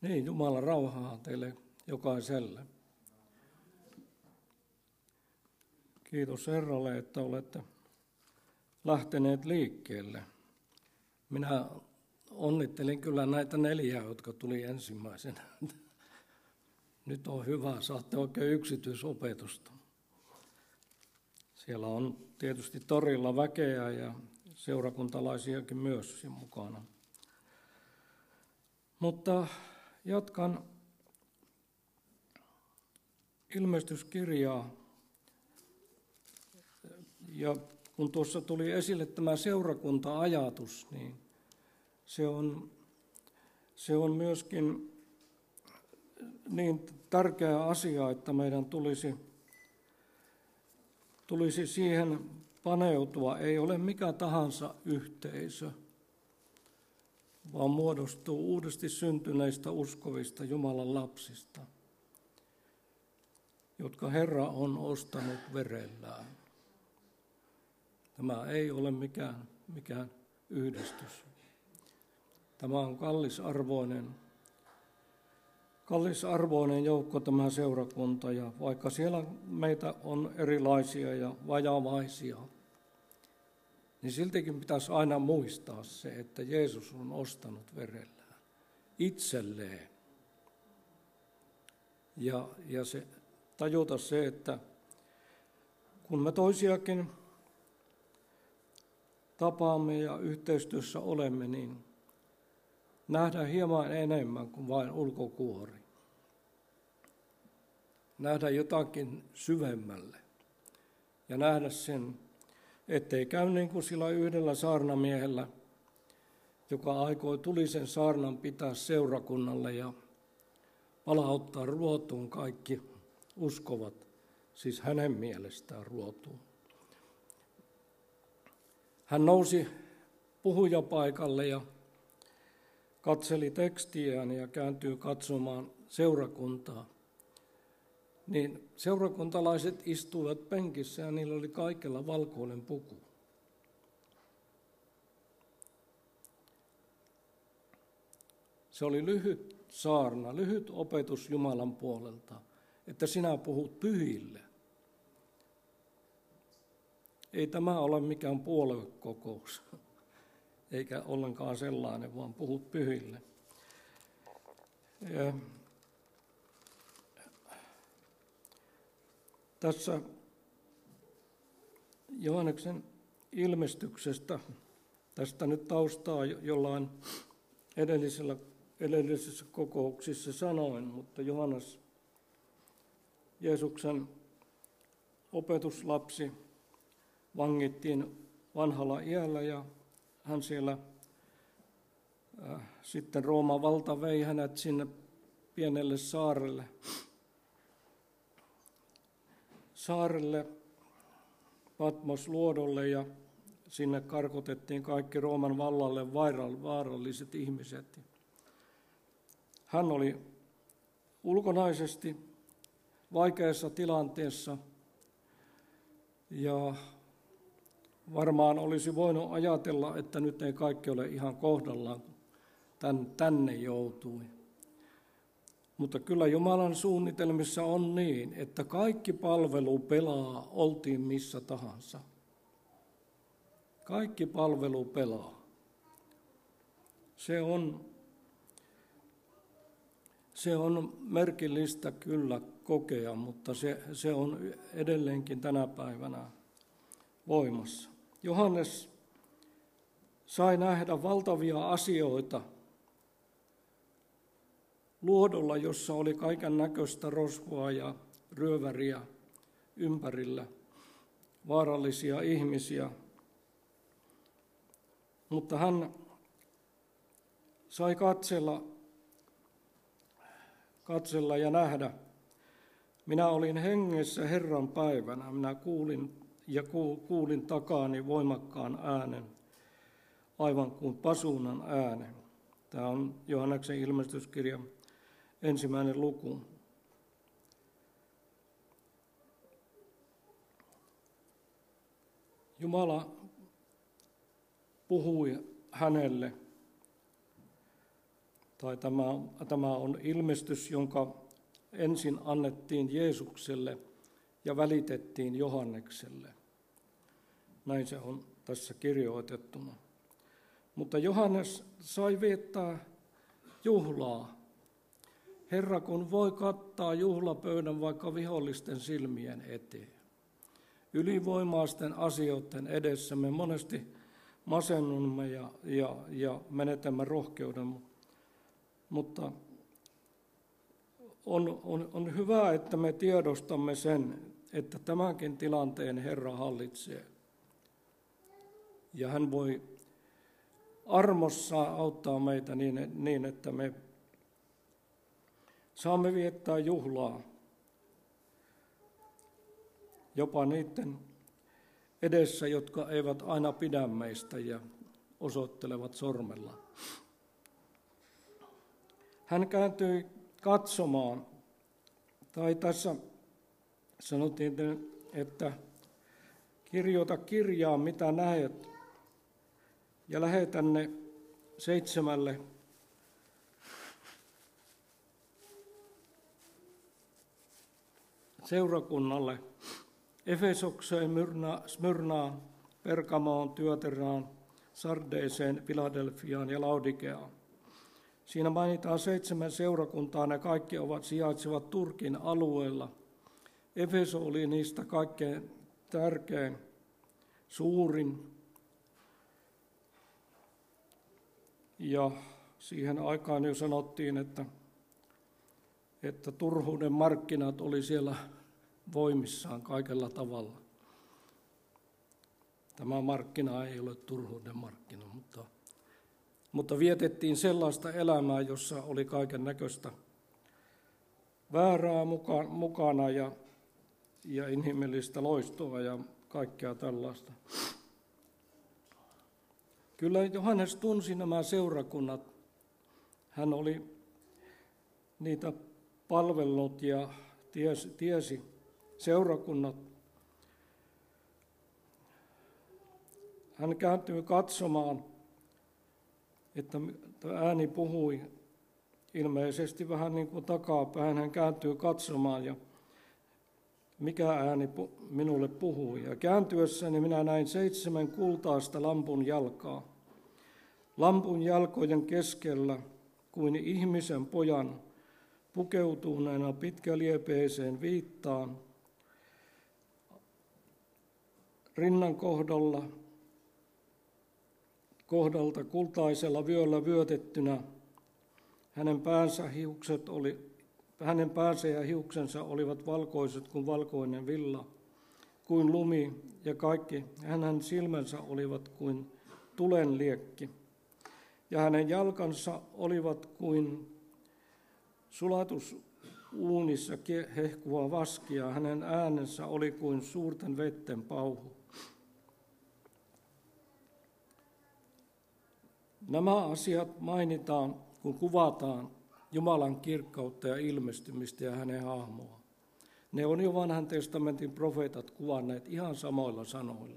Niin, Jumalan rauhaa teille jokaiselle. Kiitos Herralle, että olette lähteneet liikkeelle. Minä onnittelin kyllä näitä 4, jotka tuli ensimmäisenä. Nyt on hyvä, saatte oikein yksityisopetusta. Siellä on tietysti torilla väkeä ja seurakuntalaisiakin myös mukana. Mutta jatkan ilmestyskirjaa. Ja kun tuossa tuli esille tämä seurakunta-ajatus, niin se on myöskin niin tärkeä asia, että meidän tulisi siihen paneutua. Ei ole mikä tahansa yhteisö, vaan muodostuu uudesti syntyneistä uskovista Jumalan lapsista, jotka Herra on ostanut verellään. Tämä ei ole mikään yhdistys. Tämä on kallisarvoinen joukko tämä seurakunta, ja vaikka siellä meitä on erilaisia ja vajavaisia, niin siltikin pitäisi aina muistaa se, että Jeesus on ostanut verellään itselleen. Ja tajuta se, että kun me toisiakin tapaamme ja yhteistyössä olemme, niin nähdään hieman enemmän kuin vain ulkokuori. Nähdä jotakin syvemmälle ja nähdä sen, ettei käy niin kuin sillä yhdellä saarnamiehellä, joka aikoi tulisen saarnan pitää seurakunnalle ja palauttaa ruotuun kaikki uskovat, siis hänen mielestään ruotuun. Hän nousi puhujapaikalle ja katseli tekstiään ja kääntyi katsomaan seurakuntaa. Niin seurakuntalaiset istuivat penkissä ja niillä oli kaikilla valkoinen puku. Se oli lyhyt saarna, lyhyt opetus Jumalan puolelta, että sinä puhut pyhille. Ei tämä ole mikään puoluekokous, eikä ollenkaan sellainen, vaan puhut pyhille. Ja tässä Johanneksen ilmestyksestä, tästä nyt taustaa jollain edellisessä kokouksissa sanoin, mutta Johannes, Jeesuksen opetuslapsi, vangittiin vanhalla iällä ja hän siellä sitten Rooman valta vei hänet sinne pienelle saarelle Patmos-luodolle ja sinne karkotettiin kaikki Rooman vallalle vaaralliset ihmiset. Hän oli ulkonaisesti vaikeassa tilanteessa ja varmaan olisi voinut ajatella, että nyt ei kaikki ole ihan kohdallaan, kun tänne joutui. Mutta kyllä Jumalan suunnitelmissa on niin, että kaikki palvelu pelaa, oltiin missä tahansa. Kaikki palvelu pelaa. Se on merkillistä kyllä kokea, mutta se on edelleenkin tänä päivänä voimassa. Johannes sai nähdä valtavia asioita luodolla, jossa oli kaiken näköistä rosvoa ja ryöväriä ympärillä, vaarallisia ihmisiä. Mutta hän sai katsella ja nähdä. Minä olin hengessä Herran päivänä, minä kuulin takaani voimakkaan äänen, aivan kuin pasuunan äänen. Tämä on Johanneksen ilmestyskirja 1. luku. Jumala puhui hänelle tai tämä on ilmestys, jonka ensin annettiin Jeesukselle ja välitettiin Johannekselle. Näin se on tässä kirjoitettuna. Mutta Johannes sai viettää juhlaa. Herra, kun voi kattaa juhlapöydän vaikka vihollisten silmien eteen. Ylivoimaisten asioiden edessä me monesti masennumme ja menetämme rohkeuden, mutta on hyvä, että me tiedostamme sen, että tämänkin tilanteen Herra hallitsee. Ja hän voi armossa auttaa meitä niin, että me saamme viettää juhlaa jopa niiden edessä, jotka eivät aina pidä meistä ja osoittelevat sormella. Hän kääntyi katsomaan, tai tässä sanottiin, että kirjoita kirjaan, mitä näet, ja lähetä ne 7 seurakunnalle, Efesokseen, Smyrnaan, Pergamoon, Thyatiraan, Sardeeseen, Filadelfiaan ja Laodikeaan. Siinä mainitaan 7 seurakuntaa, ne kaikki sijaitsevat Turkin alueella. Efeso oli niistä kaikkein tärkein, suurin. Ja siihen aikaan jo sanottiin, että turhuuden markkinat oli siellä voimissaan kaikella tavalla. Tämä markkina ei ole turhuuden markkina, mutta vietettiin sellaista elämää, jossa oli kaiken näköistä väärää mukana ja inhimillistä loistoa ja kaikkea tällaista. Kyllä Johannes tunsi nämä seurakunnat. Hän oli niitä palvellut ja tiesi seurakunnat. Hän kääntyi katsomaan, että ääni puhui ilmeisesti vähän niin kuin takapäin. Hän kääntyi katsomaan ja mikä ääni minulle puhui. Ja kääntyessäni minä näin 7 kultaista lampun jalkaa. Lampun jalkojen keskellä kuin ihmisen pojan pukeutuneena pitkäliepeiseen viittaan. Rinnan kohdalta kultaisella vyöllä vyötettynä hänen päänsä ja hiuksensa olivat valkoiset kuin valkoinen villa, kuin lumi, ja kaikki hänen silmänsä olivat kuin tulen liekki. Ja hänen jalkansa olivat kuin sulatusuunissa hehkuva vaski, ja hänen äänensä oli kuin suurten vetten pauhu. Nämä asiat mainitaan, kun kuvataan Jumalan kirkkautta ja ilmestymistä ja hänen hahmoa. Ne on jo vanhan testamentin profeetat kuvanneet ihan samoilla sanoilla.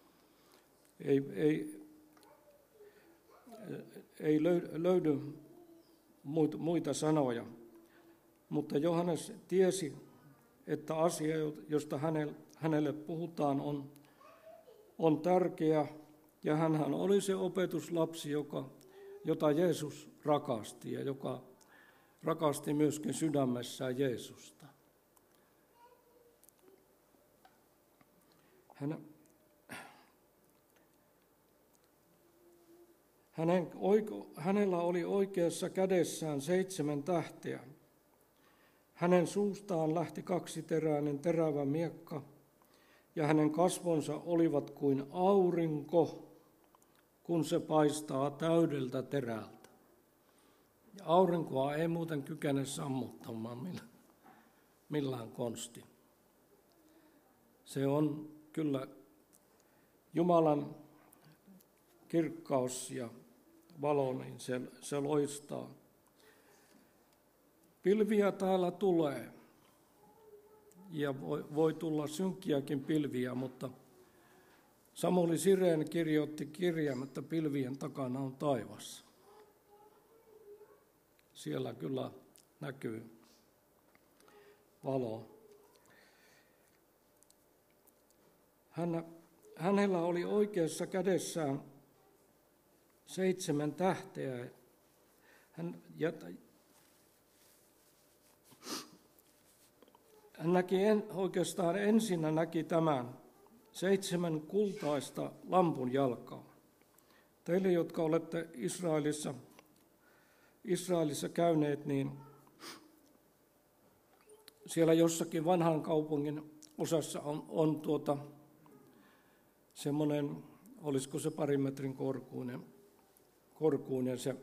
Ei löydy muita sanoja, mutta Johannes tiesi, että asia, josta hänelle puhutaan, on tärkeä, ja hänhän oli se opetuslapsi, jota Jeesus rakasti ja joka rakasti myöskin sydämessään Jeesusta. Hänellä oli oikeassa kädessään 7 tähteä. Hänen suustaan lähti 2-teräinen terävä miekka, ja hänen kasvonsa olivat kuin aurinko, kun se paistaa täydeltä terältä. Ja aurinkoa ei muuten kykene sammuttamaan millään konsti. Se on kyllä Jumalan kirkkaus ja valo, niin se loistaa. Pilviä täällä tulee, ja voi tulla synkkiäkin pilviä, mutta Samuli Sirén kirjoitti kirjan, että pilvien takana on taivas. siellä kyllä näkyy valo. Hänellä oli oikeassa kädessään 7 tähteä. Hän oikeastaan ensinnä näki tämän 7 kultaista lampunjalkaa. Teille, jotka olette Israelissa käyneet, niin siellä jossakin vanhan kaupungin osassa on semmoinen, olisiko se 2 metrin korkuinen se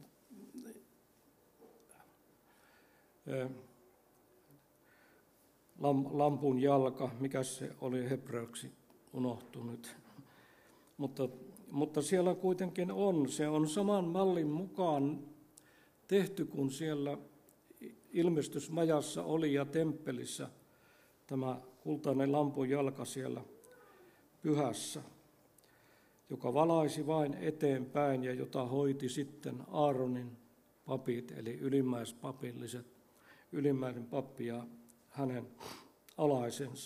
lampun jalka, mikä se oli hebreaksi, unohtunut. Mutta siellä kuitenkin se on saman mallin mukaan tehty kuin siellä ilmestysmajassa oli ja temppelissä tämä kultainen lampun jalka siellä pyhässä, joka valaisi vain eteenpäin ja jota hoiti sitten Aaronin papit, eli ylimmäispapilliset, ylimmäinen pappi ja hänen alaisensa.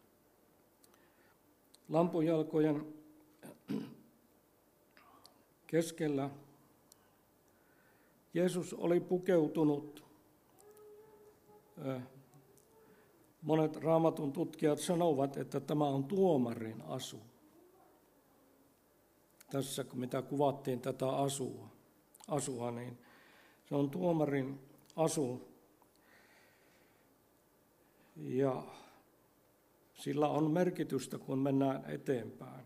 Lampunjalkojen keskellä Jeesus oli pukeutunut. Monet Raamatun tutkijat sanovat, että tämä on tuomarin asu. Tässä, mitä kuvattiin tätä asua, niin se on tuomarin asu. Ja sillä on merkitystä, kun mennään eteenpäin.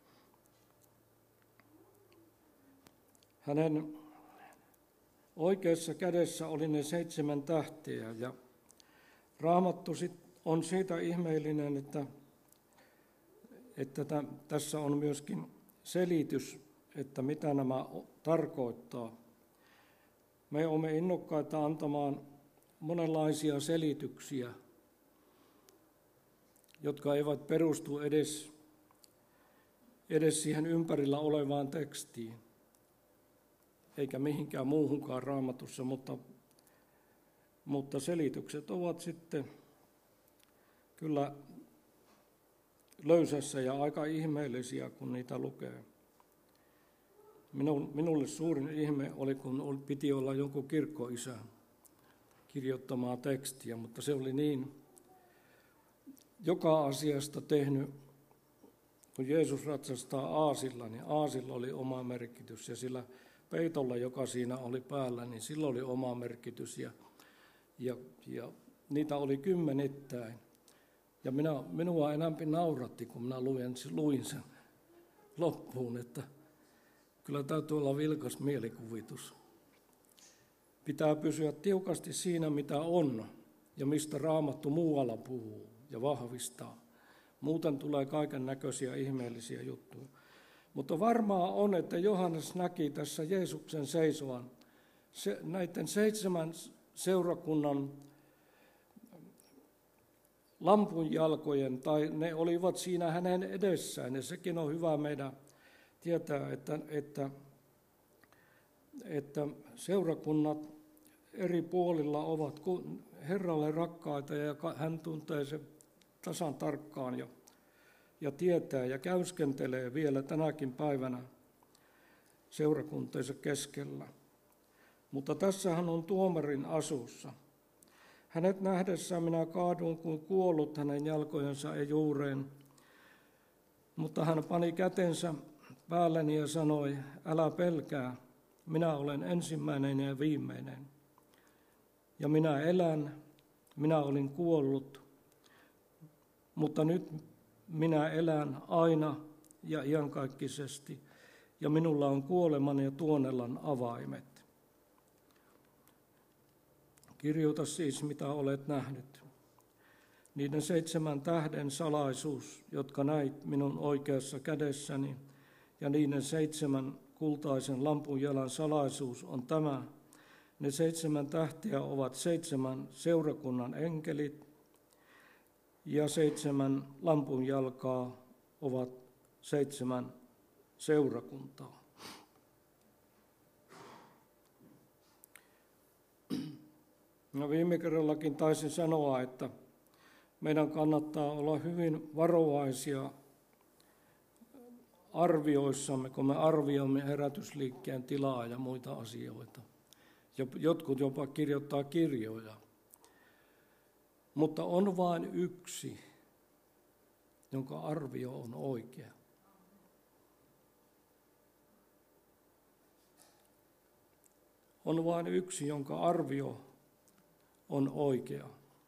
Hänen oikeassa kädessä oli ne 7 tähteä ja Raamattu on siitä ihmeellinen, että tässä on myöskin selitys, että mitä nämä tarkoittaa. Me olemme innokkaita antamaan monenlaisia selityksiä, jotka eivät perustu edes siihen ympärillä olevaan tekstiin, eikä mihinkään muuhunkaan Raamatussa, mutta selitykset ovat sitten kyllä löysässä ja aika ihmeellisiä, kun niitä lukee. Minulle suurin ihme oli, kun piti olla jonkun kirkkoisän kirjoittamaa tekstiä, mutta se oli niin joka asiasta tehnyt, kun Jeesus ratsastaa aasilla, niin aasilla oli oma merkitys ja sillä peitolla, joka siinä oli päällä, niin sillä oli oma merkitys ja niitä oli 10. Ja minua enemmän nauratti, kun minä luin sen loppuun, että kyllä täytyy olla vilkas mielikuvitus. Pitää pysyä tiukasti siinä, mitä on ja mistä Raamattu muualla puhuu ja vahvistaa. Muuten tulee kaiken näköisiä ihmeellisiä juttuja. Mutta varmaa on, että Johannes näki tässä Jeesuksen seisovan näiden 7 seurakunnan lampunjalkojen, tai ne olivat siinä hänen edessään. Ja sekin on hyvä meidän tietää, että seurakunnat eri puolilla ovat Herralle rakkaita ja hän tuntee sen tasan tarkkaan ja tietää ja käyskentelee vielä tänäkin päivänä seurakuntansa keskellä. Mutta tässä hän on tuomarin asussa. Hänet nähdessään minä kaaduin kuin kuollut hänen jalkojensa juureen, mutta hän pani kätensä päälleni ja sanoi, älä pelkää, minä olen ensimmäinen ja viimeinen. Ja minä elän, minä olin kuollut, mutta nyt minä elän aina ja iankaikkisesti, ja minulla on kuoleman ja tuonellan avaimet. Kirjoita siis, mitä olet nähnyt. Niiden 7 tähden salaisuus, jotka näit minun oikeassa kädessäni, ja niiden 7 kultaisen lampunjalan salaisuus on tämä. Ne 7 tähteä ovat 7 seurakunnan enkelit, ja 7 lampunjalkaa ovat 7 seurakuntaa. No, viime kerrallakin taisin sanoa, että meidän kannattaa olla hyvin varovaisia arvioissamme, kun me arvioimme herätysliikkeen tilaa ja muita asioita. Jotkut jopa kirjoittaa kirjoja. Mutta on vain yksi, jonka arvio on oikea. On vain yksi, jonka arvio on oikea.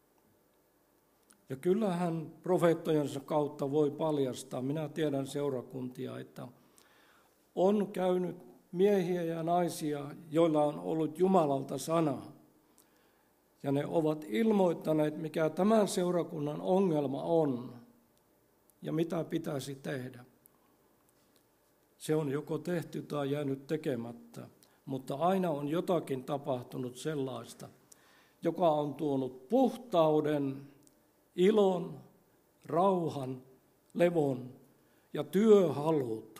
Ja kyllähän profeettojensa kautta voi paljastaa, minä tiedän seurakuntia, että on käynyt miehiä ja naisia, joilla on ollut Jumalalta sana. Ja ne ovat ilmoittaneet, mikä tämän seurakunnan ongelma on ja mitä pitäisi tehdä. Se on joko tehty tai jäänyt tekemättä, mutta aina on jotakin tapahtunut sellaista, joka on tuonut puhtauden, ilon, rauhan, levon ja työhalut.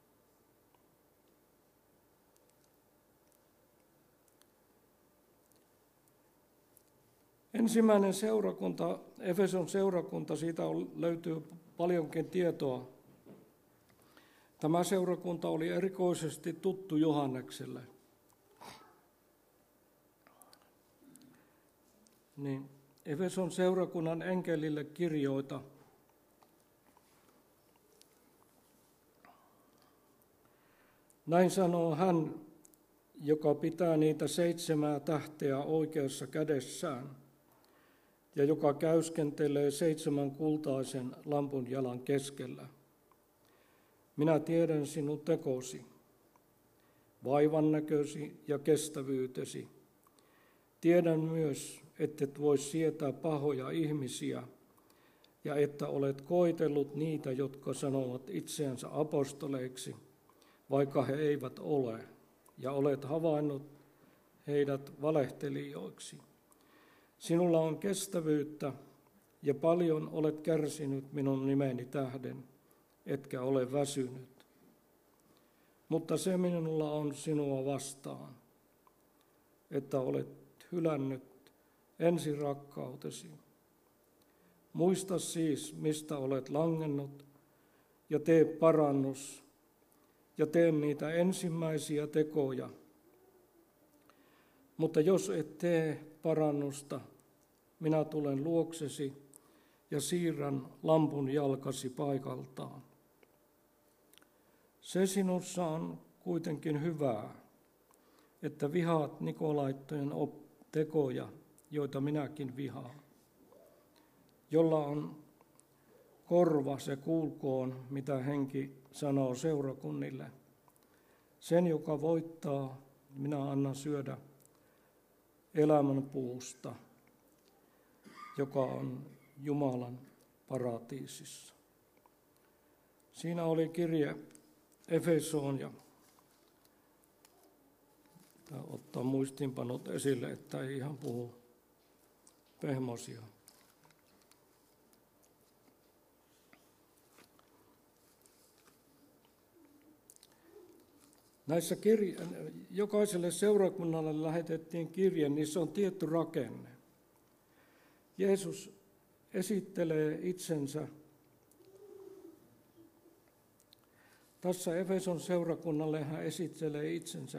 Ensimmäinen seurakunta, Efeson seurakunta, siitä löytyy paljonkin tietoa. Tämä seurakunta oli erikoisesti tuttu Johannekselle. Niin, Efeson seurakunnan enkelille kirjoita. Näin sanoo hän, joka pitää niitä 7 tähteä oikeassa kädessään ja joka käyskentelee 7 kultaisen lampun jalan keskellä. Minä tiedän sinun tekosi, vaivannäkösi ja kestävyytesi. Tiedän myös, ettet voi sietää pahoja ihmisiä ja että olet koetellut niitä, jotka sanovat itseänsä apostoleiksi, vaikka he eivät ole, ja olet havainnut heidät valehtelijoiksi. Sinulla on kestävyyttä ja paljon olet kärsinyt minun nimeni tähden, etkä ole väsynyt. Mutta se minulla on sinua vastaan, että olet hylännyt ensirakkautesi. Muista siis, mistä olet langennut, ja tee parannus, ja tee niitä ensimmäisiä tekoja. Mutta jos et tee parannusta, minä tulen luoksesi ja siirrän lampun jalkasi paikaltaan. Se sinussa on kuitenkin hyvää, että vihaat nikolaittojen tekoja, joita minäkin vihaan. Jolla on korva, se kuulkoon, mitä henki sanoo seurakunnille. Sen, joka voittaa, minä annan syödä elämän puusta, joka on Jumalan paratiisissa. Siinä oli kirje Efesoon ja ottaa muistiinpanot esille, että ei ihan puhu pehmosia. Näissä jokaiselle seurakunnalle lähetettiin kirje, niissä on tietty rakenne. Jeesus esittelee itsensä. Tässä Efeson seurakunnalle hän esittelee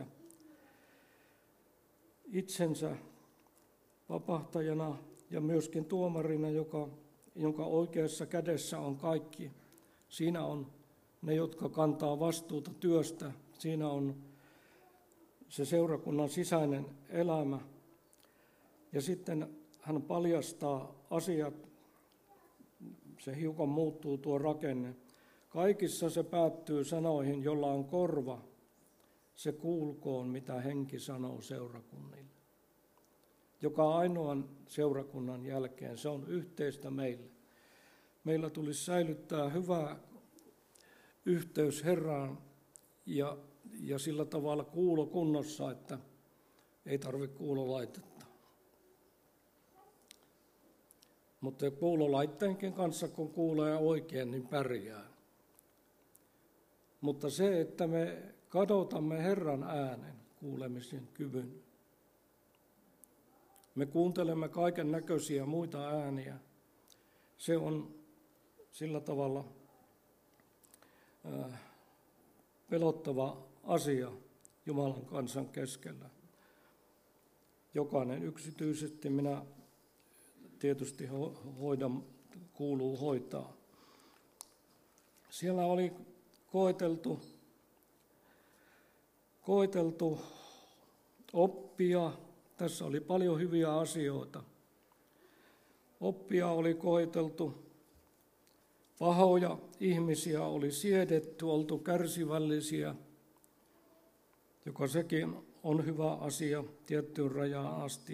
itsensä vapahtajana ja myöskin tuomarina, jonka oikeassa kädessä on kaikki. Siinä on ne, jotka kantaa vastuuta työstä. Siinä on se seurakunnan sisäinen elämä. Ja sitten hän paljastaa asiat, se hiukan muuttuu tuo rakenne. Kaikissa se päättyy sanoihin, jolla on korva, se kuulkoon, mitä henki sanoo seurakunnille. Joka ainoan seurakunnan jälkeen, se on yhteistä meille. Meillä tulisi säilyttää hyvä yhteys Herraan ja sillä tavalla kuulo kunnossa, että ei tarvitse kuulolaitetta. Mutta kuulolaitteenkin kanssa, kun kuulee oikein, niin pärjää. Mutta se, että me kadotamme Herran äänen kuulemisen kyvyn, Me kuuntelemme kaiken näköisiä muita ääniä. Se on sillä tavalla pelottava asia Jumalan kansan keskellä. Jokainen yksityisesti minä tietysti kuuluu hoitaa. Siellä oli koeteltu oppia. Tässä oli paljon hyviä asioita. Oppia oli koeteltu, pahoja ihmisiä oli siedetty, oltu kärsivällisiä, joka sekin on hyvä asia tiettyyn rajaan asti.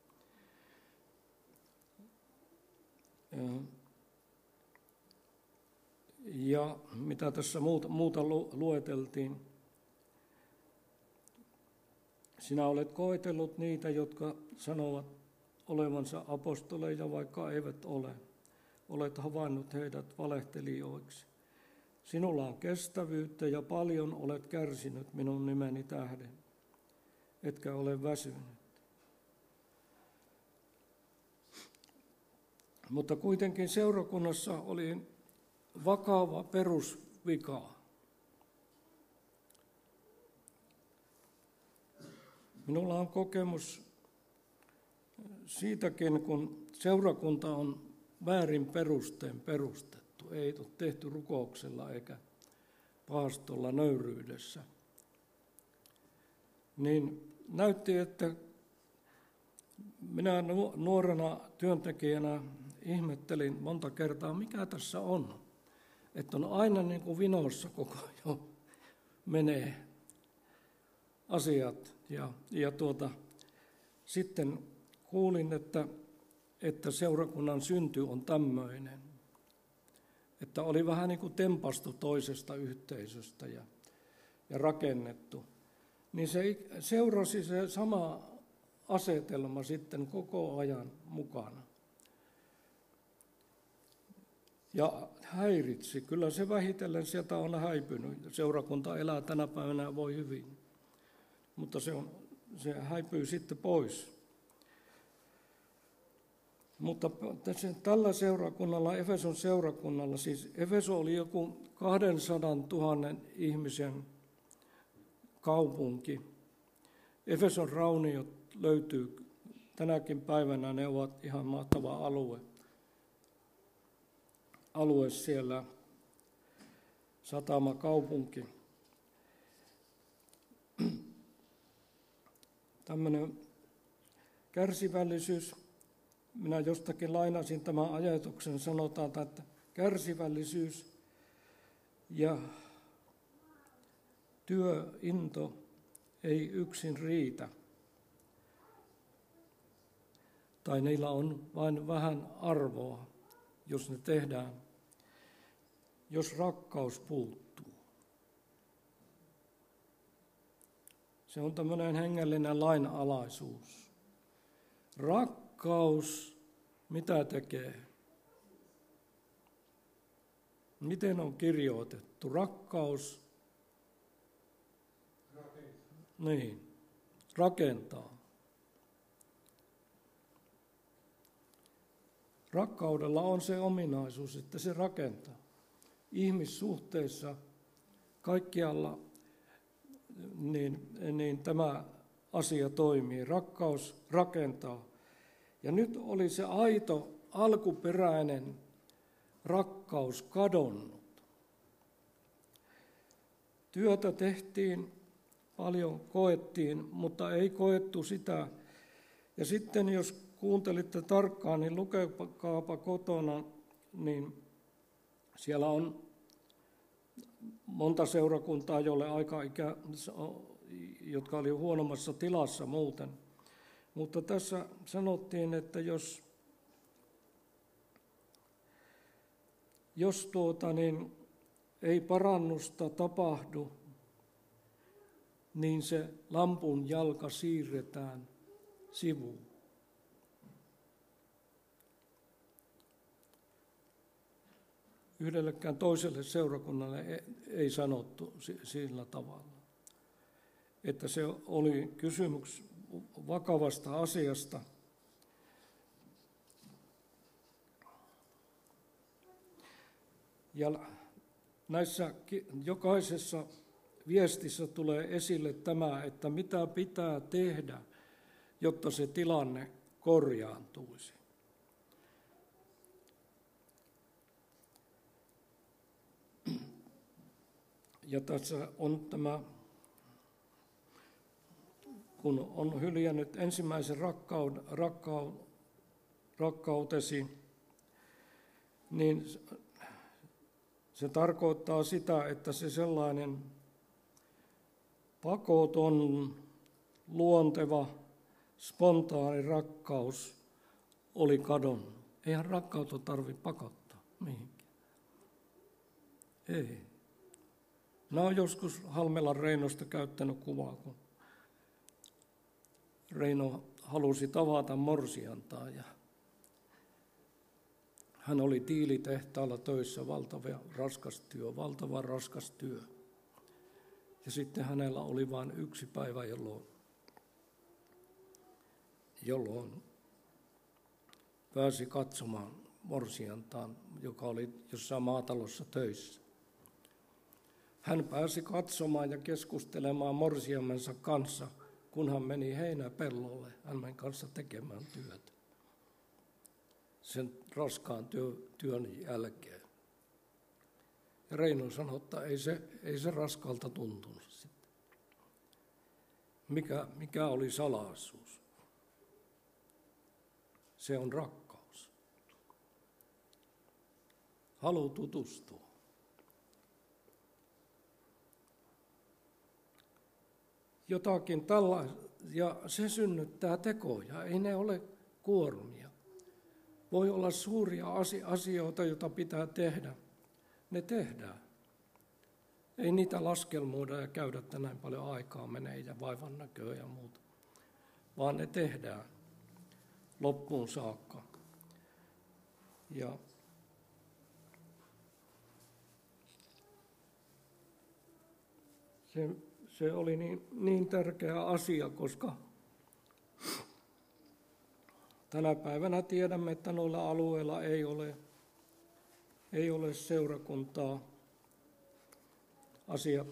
Ja mitä tässä muuta lueteltiin. Sinä olet koetellut niitä, jotka sanovat olevansa apostoleja, vaikka eivät ole. Olet havainnut heidät valehtelijoiksi. Sinulla on kestävyyttä ja paljon olet kärsinyt minun nimeni tähden, etkä ole väsynyt. Mutta kuitenkin seurakunnassa oli vakava perusvika. Minulla on kokemus siitäkin, kun seurakunta on väärin perustein perustettu. Ei ole tehty rukouksella eikä paastolla nöyryydessä. Niin näytti, että minä nuorena työntekijänä ihmettelin monta kertaa, mikä tässä on. Että on aina niin kuin vinossa koko ajan menee asiat. Sitten kuulin, että seurakunnan synty on tämmöinen. Että oli vähän niin kuin tempastu toisesta yhteisöstä ja rakennettu. Niin se seurasi se sama asetelma sitten koko ajan mukana. Ja häiritsi. Kyllä se vähitellen sieltä on häipynyt. Seurakunta elää tänä päivänä voi hyvin. Mutta se häipyy sitten pois. Mutta tällä seurakunnalla, Efeson seurakunnalla, siis Efeso oli joku 200 000 ihmisen kaupunki. Efeson rauniot löytyy tänäkin päivänä, ne ovat ihan mahtava alue siellä, satamakaupunki. Tämmöinen kärsivällisyys, minä jostakin lainasin tämän ajatuksen, sanotaan, että kärsivällisyys ja työinto ei yksin riitä. Tai niillä on vain vähän arvoa, jos ne tehdään, jos rakkaus puuttuu. Se on tämmöinen hengellinen lainalaisuus. Rakkaus, mitä tekee? Miten on kirjoitettu? Rakkaus rakentaa. Rakkaudella on se ominaisuus, että se rakentaa. Ihmissuhteissa kaikkialla niin tämä asia toimii. Rakkaus rakentaa. Ja nyt oli se aito, alkuperäinen rakkaus kadonnut. Työtä tehtiin, paljon koettiin, mutta ei koettu sitä. Ja sitten jos kuuntelitte tarkkaan, niin lukekaapa kotona, niin siellä on monta seurakuntaa, jolle jotka oli huonommassa tilassa muuten. Mutta tässä sanottiin, että jos ei parannusta tapahdu, niin se lampun jalka siirretään sivuun. Yhdellekään toiselle seurakunnalle ei sanottu sillä tavalla, että se oli kysymys vakavasta asiasta. Ja näissä jokaisessa viestissä tulee esille tämä, että mitä pitää tehdä, jotta se tilanne korjaantuisi. Ja tässä on tämä, kun on hyljännyt ensimmäisen rakkautesi, niin se tarkoittaa sitä, että se sellainen pakoton, luonteva, spontaani rakkaus oli kadonnut. Eihän rakkautta tarvitse pakottaa mihinkään. Ei. Mä oon joskus Halmelan Reinosta käyttänyt kuvaa, kun Reino halusi tavata morsiantaa ja hän oli tiilitehtaalla töissä, valtava raskas työ. Ja sitten hänellä oli vain yksi päivä, jolloin pääsi katsomaan morsiantaan, joka oli jossain maatalossa töissä. Hän pääsi katsomaan ja keskustelemaan morsiamensa kanssa, kun hän meni heinäpellolle hänen kanssa tekemään työtä. Sen raskaan työn jälkeen. Ja Reino sanoi, että ei se raskalta tuntunut sitten. Mikä oli salaisuus? Se on rakkaus. Halu tutustua. Jotakin tällaista, ja se synnyttää tekoja, ei ne ole kuormia. Voi olla suuria asioita, joita pitää tehdä. Ne tehdään. Ei niitä laskelmoida ja käydä, että näin paljon aikaa menee ja vaivan näköä ja muuta. Vaan ne tehdään loppuun saakka. Ja se oli niin tärkeä asia, koska tänä päivänä tiedämme, että noilla alueilla ei ole seurakuntaa. Asia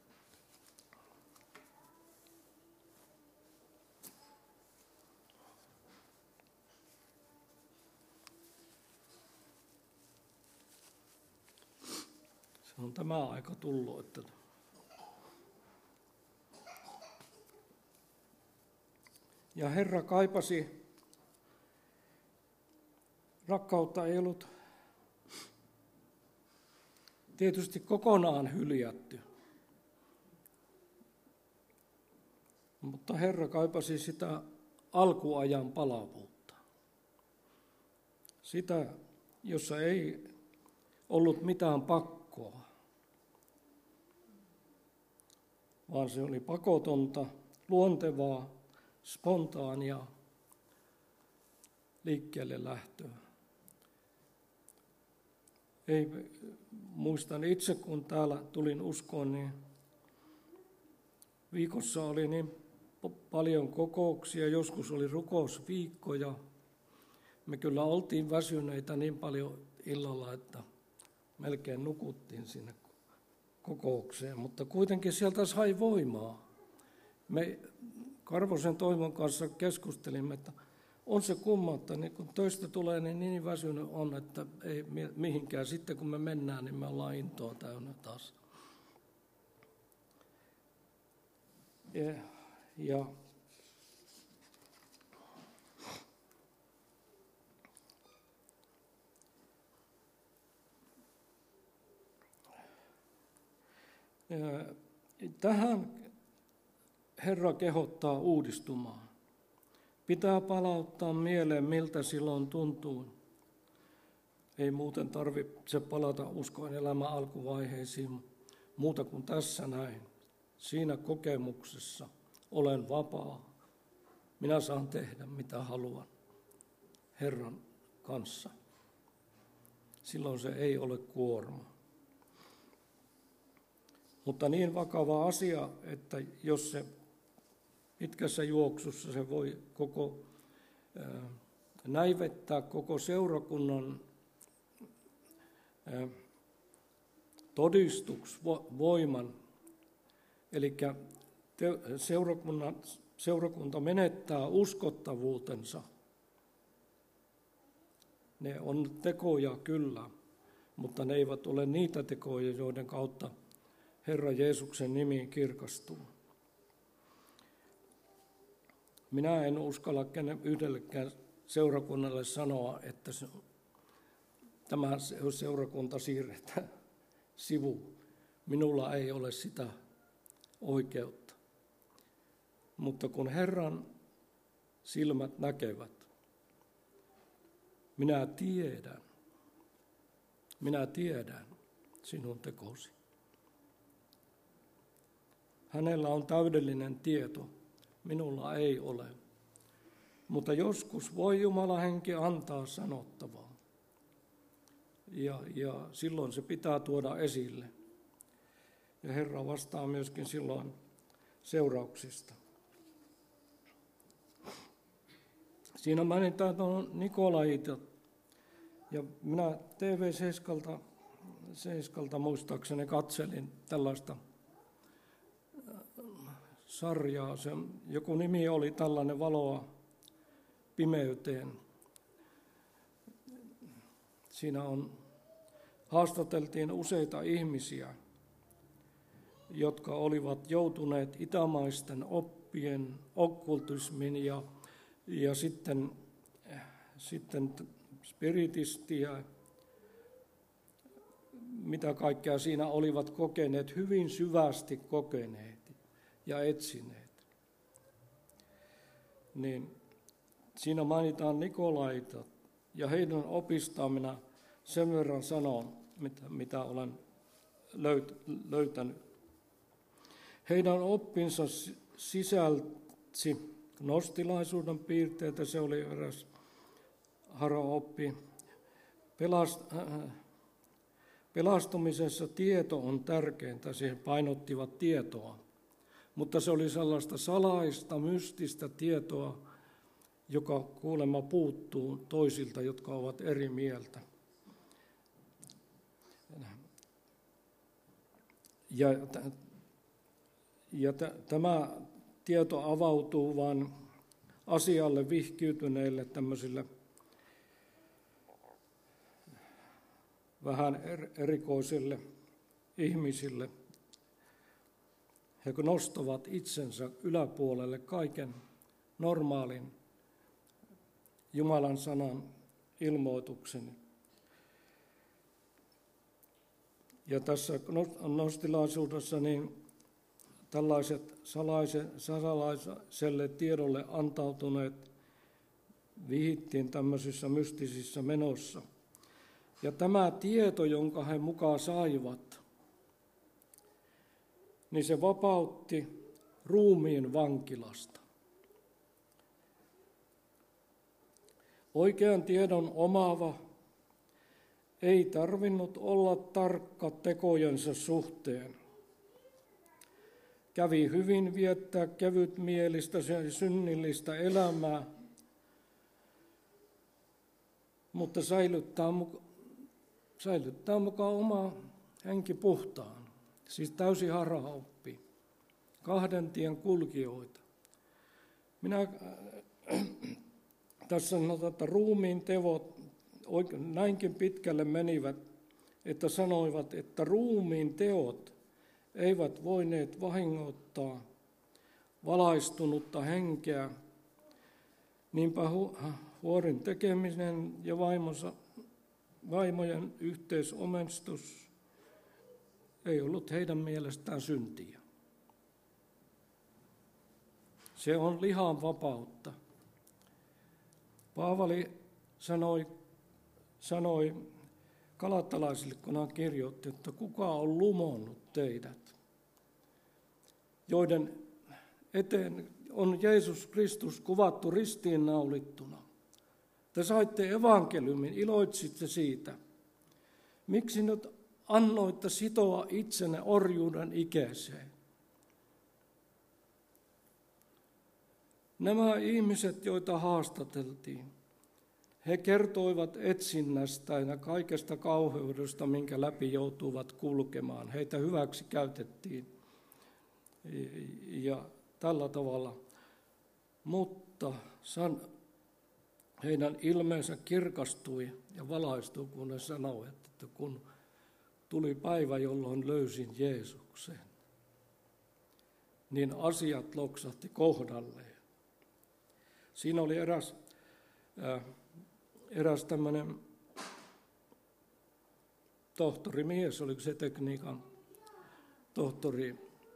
se on tämä aika tullut, että ja Herra kaipasi, rakkautta ei ollut tietysti kokonaan hyljätty, mutta Herra kaipasi sitä alkuajan palavuutta. Sitä, jossa ei ollut mitään pakkoa, vaan se oli pakotonta, luontevaa, spontaania liikkeelle lähtöä. Muistan itse, kun täällä tulin uskoon, niin viikossa oli niin paljon kokouksia, joskus oli rukousviikkoja. Me kyllä oltiin väsyneitä niin paljon illalla, että melkein nukuttiin sinne kokoukseen, mutta kuitenkin sieltä sai voimaa. Me Karvosen Toivon kanssa keskustelimme, että on se kumma, että kun töistä tulee, niin väsynyt on, että ei mihinkään. Sitten kun me mennään, niin me ollaan intoa täynnä taas. Ja tähän Herra kehottaa uudistumaan. Pitää palauttaa mieleen, miltä silloin tuntuu. Ei muuten tarvitse palata uskon elämän alkuvaiheisiin muuta kuin tässä näin. Siinä kokemuksessa olen vapaa. Minä saan tehdä mitä haluan Herran kanssa. Silloin se ei ole kuorma. Mutta niin vakava asia, että jos se pitkässä juoksussa se voi näivettää koko seurakunnan todistusvoiman, eli seurakunta menettää uskottavuutensa. Ne on tekoja kyllä, mutta ne eivät ole niitä tekoja, joiden kautta Herra Jeesuksen nimi kirkastuu. Minä en uskalla yhdellekään seurakunnalle sanoa, että tämä seurakunta siirretään sivuun. Minulla ei ole sitä oikeutta. Mutta kun Herran silmät näkevät, minä tiedän sinun tekosi. Hänellä on täydellinen tieto, minulla ei ole. Mutta joskus voi Jumalan henki antaa sanottavaa. Ja silloin se pitää tuoda esille. Ja Herra vastaa myöskin silloin seurauksista. Siinä mainitaan Nikolaita. Ja minä TV7 muistaakseni katselin tällaista sarjaa. Joku nimi oli tällainen Valoa pimeyteen. Siinä haastateltiin useita ihmisiä, jotka olivat joutuneet itämaisten oppien, okkultismin ja sitten spiritistiä, mitä kaikkea siinä olivat kokeneet, hyvin syvästi kokeneet ja etsineet. Niin siinä mainitaan Nikolaita ja heidän opistaan minä sen verran sanon, mitä olen löytänyt. Heidän oppinsa sisälsi gnostilaisuuden piirteitä, se oli eräs hara-oppi. Pelastumisessa tieto on tärkeintä, siihen painottivat tietoa, mutta se oli sellaista salaista, mystistä tietoa, joka kuulemma puuttuu toisilta, jotka ovat eri mieltä. Ja tämä tieto avautuu vain asialle vihkiytyneille tämmöisille vähän erikoisille ihmisille. He nostavat itsensä yläpuolelle kaiken normaalin Jumalan sanan ilmoituksen. Ja tässä gnostilaisuudessa niin tällaiset salaiselle tiedolle antautuneet vihittiin tämmöisissä mystisissä menossa. Ja tämä tieto, jonka he mukaan saivat, niin se vapautti ruumiin vankilasta. Oikean tiedon omaava ei tarvinnut olla tarkka tekojensa suhteen. Kävi hyvin viettää kevytmielistä ja synnillistä elämää, mutta säilyttää mukaan oma henki puhtaan. Siis täysi harhaoppi, kahden tien kulkijoita. Minä tässä sanotaan, että ruumiin teot näinkin pitkälle menivät, että sanoivat, että ruumiin teot eivät voineet vahingoittaa valaistunutta henkeä. Niinpä huorin tekeminen ja vaimojen yhteisomistus ei ollut heidän mielestään syntiä. Se on lihan vapautta. Paavali sanoi galattalaisille, kun hän kirjoitti, että kuka on lumonnut teidät, joiden eteen on Jeesus Kristus kuvattu ristiinnaulittuna. Te saitte evankeliumin, iloitsitte siitä. Miksi nyt annoitte sitoa itsenne orjuuden ikäiseen? Nämä ihmiset, joita haastateltiin, He kertoivat etsinnästä ja kaikesta kauheudesta, minkä läpi joutuvat kulkemaan. Heitä hyväksi käytettiin ja tällä tavalla. Mutta heidän ilmeensä kirkastui ja valaistui, kun he sanoivat, että kun tuli päivä, jolloin löysin Jeesuksen, niin asiat loksahti kohdalleen. Siinä oli eräs tämmöinen tohtorimies, oliko se tekniikan tohtori,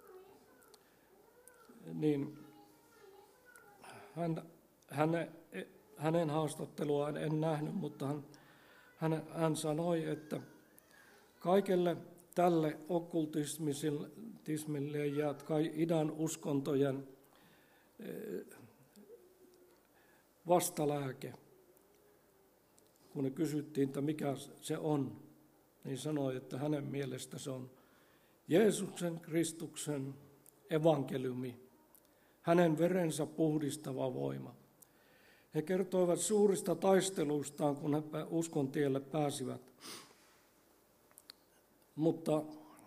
niin hänen haastatteluaan en nähnyt, mutta hän sanoi, että kaikelle tälle okkultismille ja idän uskontojen vastalääke, kun ne kysyttiin, että mikä se on, niin sanoi, että hänen mielestä se on Jeesuksen Kristuksen evankeliumi, hänen verensä puhdistava voima. He kertoivat suurista taisteluistaan, kun he uskon tielle pääsivät. Mutta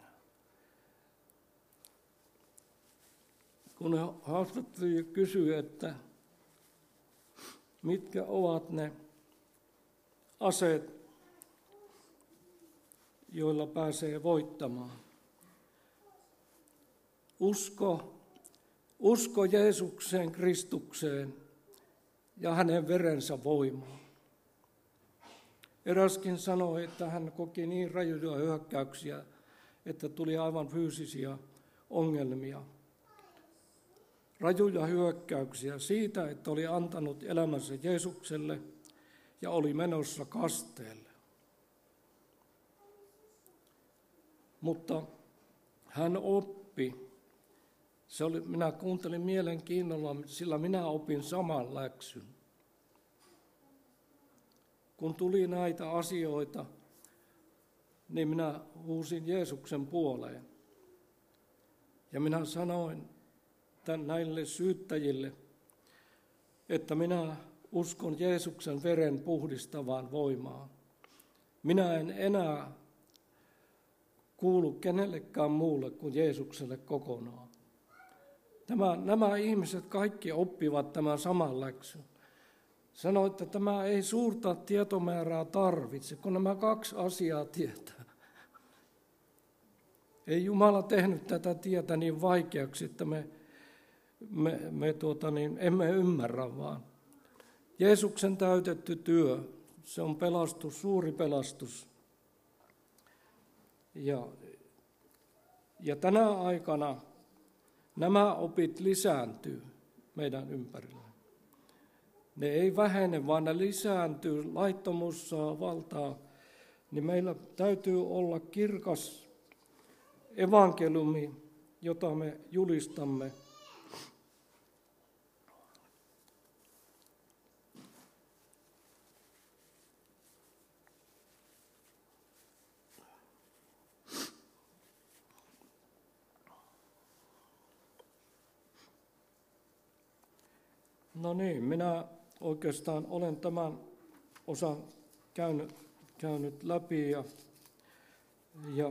kun he haastattelija kysyi, että mitkä ovat ne aseet, joilla pääsee voittamaan. Usko Jeesukseen Kristukseen ja hänen verensä voimaan. Eräskin sanoi, että hän koki niin rajuja hyökkäyksiä, että tuli aivan fyysisiä ongelmia. Rajuja hyökkäyksiä siitä, että oli antanut elämänsä Jeesukselle ja oli menossa kasteelle. Mutta hän oppi. Minä kuuntelin mielenkiinnolla, sillä minä opin saman läksyn. Kun tuli näitä asioita, niin minä huusin Jeesuksen puoleen. Ja minä sanoin näille syyttäjille, että minä uskon Jeesuksen veren puhdistavaan voimaan. Minä en enää kuulu kenellekään muulle kuin Jeesukselle kokonaan. Nämä ihmiset kaikki oppivat tämän saman läksyn. Sanoi, että tämä ei suurta tietomäärää tarvitse, kun nämä kaksi asiaa tietää. Ei Jumala tehnyt tätä tietä niin vaikeaksi, että me emme ymmärrä vaan. Jeesuksen täytetty työ, se on pelastus, suuri pelastus. Ja tänä aikana nämä opit lisääntyy meidän ympärillä. Ne ei vähene, vaan ne lisääntyy, laittomuus saa valtaa. Niin meillä täytyy olla kirkas evankeliumi, jota me julistamme. No niin, minä oikeastaan olen tämän osan käynyt läpi ja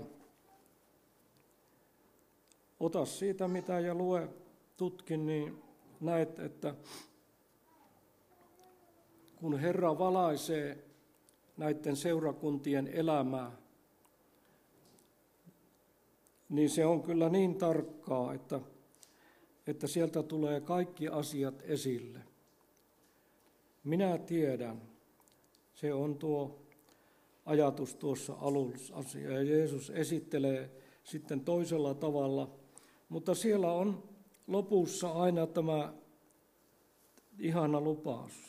ota siitä mitä ja lue, tutkin, niin näet, että kun Herra valaisee näiden seurakuntien elämää, niin se on kyllä niin tarkkaa, että sieltä tulee kaikki asiat esille. Minä tiedän, se on tuo ajatus tuossa alussa, ja Jeesus esittelee sitten toisella tavalla, mutta siellä on lopussa aina tämä ihana lupaus.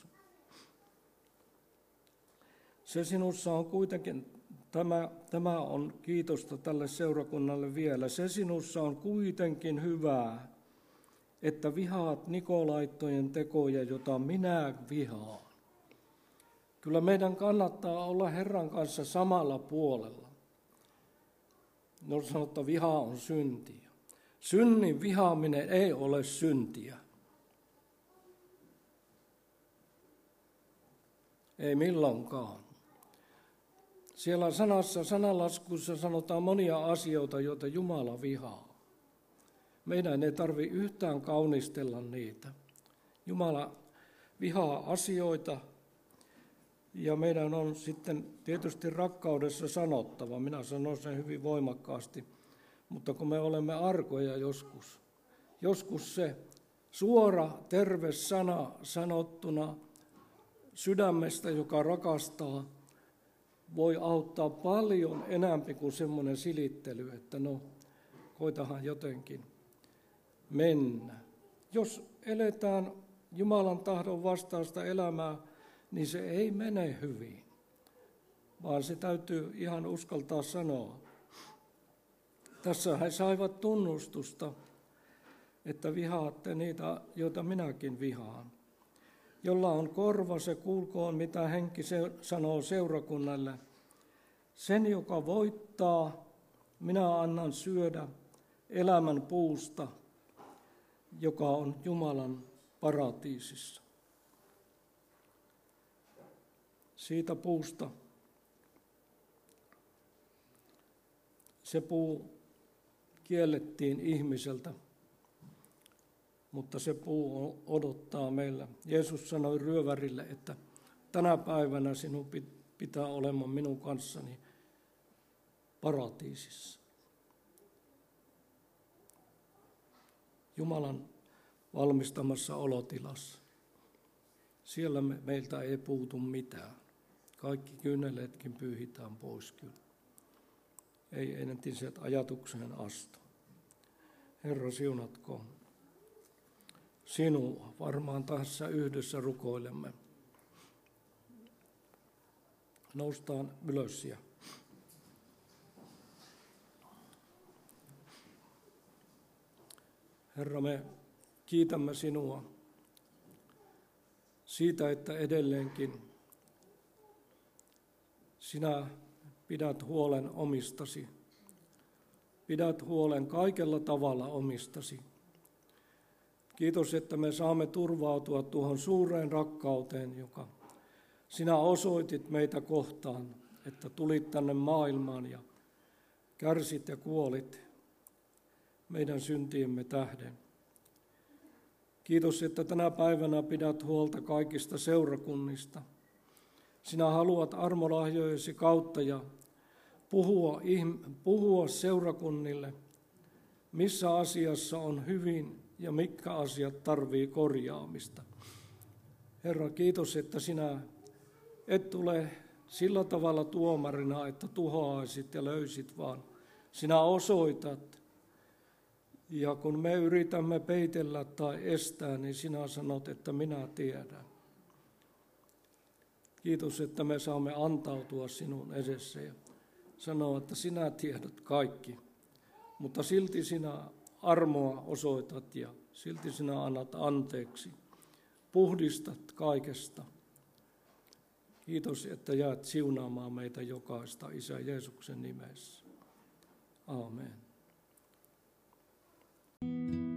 Se sinussa on kuitenkin, tämä on kiitosta tälle seurakunnalle vielä, se sinussa on kuitenkin hyvää, että vihaat nikolaittojen tekoja, jota minä vihaan. Kyllä meidän kannattaa olla Herran kanssa samalla puolella. No sanottu, että viha on syntiä. Synnin vihaaminen ei ole syntiä. Ei milloinkaan. Siellä sananlaskuissa sanotaan monia asioita, joita Jumala vihaa. Meidän ei tarvitse yhtään kaunistella niitä. Jumala vihaa asioita ja meidän on sitten tietysti rakkaudessa sanottava. Minä sanon sen hyvin voimakkaasti, mutta kun me olemme arkoja joskus se suora, terve sana sanottuna sydämestä, joka rakastaa, voi auttaa paljon enemmän kuin semmoinen silittely, että no, koitahan jotenkin mennä. Jos eletään Jumalan tahdon vastaista elämää, niin se ei mene hyvin, vaan se täytyy ihan uskaltaa sanoa. Tässä he saivat tunnustusta, että vihaatte niitä, joita minäkin vihaan. Jolla on korva, se kuulkoon, mitä henki sanoo seurakunnalle. Sen, joka voittaa, minä annan syödä elämän puusta, joka on Jumalan paratiisissa. Siitä puusta, se puu kiellettiin ihmiseltä, mutta se puu odottaa meillä. Jeesus sanoi ryövärille, että tänä päivänä sinun pitää olemaan minun kanssani paratiisissa. Jumalan valmistamassa olotilassa. Siellä meiltä ei puutu mitään. Kaikki kynneletkin pyyhitään pois kyllä. Ei entiset ajatukseen astu. Herra, siunatko sinua. Varmaan tässä yhdessä rukoilemme. Noustaan ylös ja Herra, me kiitämme sinua siitä, että edelleenkin sinä pidät huolen omistasi. Pidät huolen kaikella tavalla omistasi. Kiitos, että me saamme turvautua tuohon suureen rakkauteen, joka sinä osoitit meitä kohtaan, että tulit tänne maailmaan ja kärsit ja kuolit meidän syntiemme tähden. Kiitos, että tänä päivänä pidät huolta kaikista seurakunnista. Sinä haluat armolahjojesi kautta ja puhua seurakunnille, missä asiassa on hyvin ja mitkä asiat tarvii korjaamista. Herra, kiitos, että sinä et tule sillä tavalla tuomarina, että tuhoaisit ja löysit, vaan sinä osoitat. Ja kun me yritämme peitellä tai estää, niin sinä sanot, että minä tiedän. Kiitos, että me saamme antautua sinun edessä ja sanoa, että sinä tiedät kaikki. Mutta silti sinä armoa osoitat ja silti sinä annat anteeksi. Puhdistat kaikesta. Kiitos, että jäät siunaamaan meitä jokaista Isä Jeesuksen nimessä. Aamen.